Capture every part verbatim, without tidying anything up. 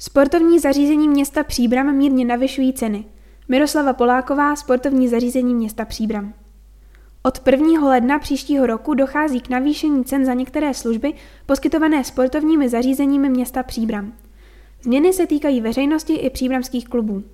Sportovní zařízení města Příbram mírně navyšují ceny. Miroslava Poláková, sportovní zařízení města Příbram. Od prvního ledna příštího roku dochází k navýšení cen za některé služby poskytované sportovními zařízeními města Příbram. Změny se týkají veřejnosti i příbramských klubů.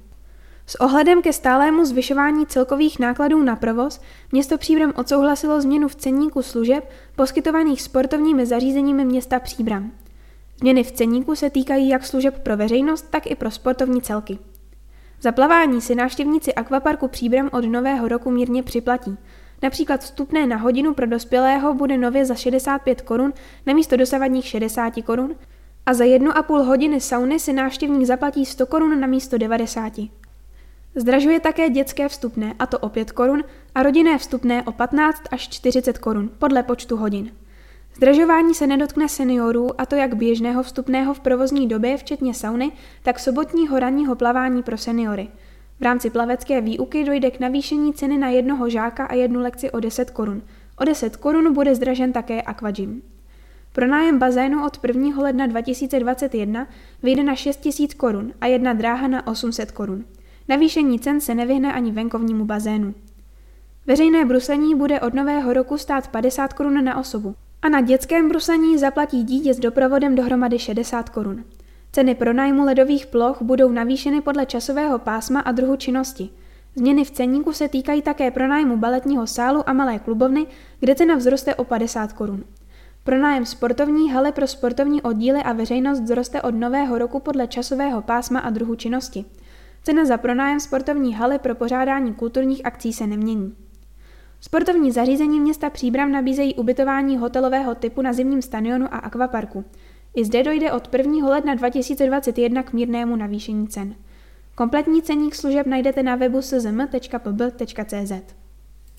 S ohledem ke stálému zvyšování celkových nákladů na provoz město Příbram odsouhlasilo změnu v ceníku služeb poskytovaných sportovními zařízeními města Příbram. Změny v ceníku se týkají jak služeb pro veřejnost, tak i pro sportovní celky. Za plavání si návštěvníci akvaparku Příbram od nového roku mírně připlatí. Například vstupné na hodinu pro dospělého bude nově za šedesát pět korun namísto dosavadních šedesát korun a za jednu a půl hodiny sauny si návštěvník zaplatí sto korun namísto devadesát. Zdražuje také dětské vstupné, a to o pět korun, a rodinné vstupné o patnáct až čtyřicet korun podle počtu hodin. Zdražování se nedotkne seniorů, a to jak běžného vstupného v provozní době, včetně sauny, tak sobotního ranního plavání pro seniory. V rámci plavecké výuky dojde k navýšení ceny na jednoho žáka a jednu lekci o deset korun. O deset korun bude zdražen také aquagym. Pronájem bazénu od prvního ledna dva tisíce dvacet jedna vyjde na šest tisíc korun a jedna dráha na osm set korun. Navýšení cen se nevyhne ani venkovnímu bazénu. Veřejné bruslení bude od nového roku stát padesát korun na osobu a na dětském bruslení zaplatí dítě s doprovodem dohromady šedesát korun. Ceny pronájmu ledových ploch budou navýšeny podle časového pásma a druhu činnosti. Změny v ceníku se týkají také pronájmu baletního sálu a malé klubovny, kde cena vzroste o padesát korun. Pronájem sportovní haly pro sportovní oddíly a veřejnost vzroste od nového roku podle časového pásma a druhu činnosti. Cena za pronájem sportovní haly pro pořádání kulturních akcí se nemění. Sportovní zařízení města Příbram nabízejí ubytování hotelového typu na zimním stadionu a akvaparku. I zde dojde od prvního ledna dva tisíce dvacet jedna k mírnému navýšení cen. Kompletní ceník služeb najdete na webu s z m tečka p b tečka c z.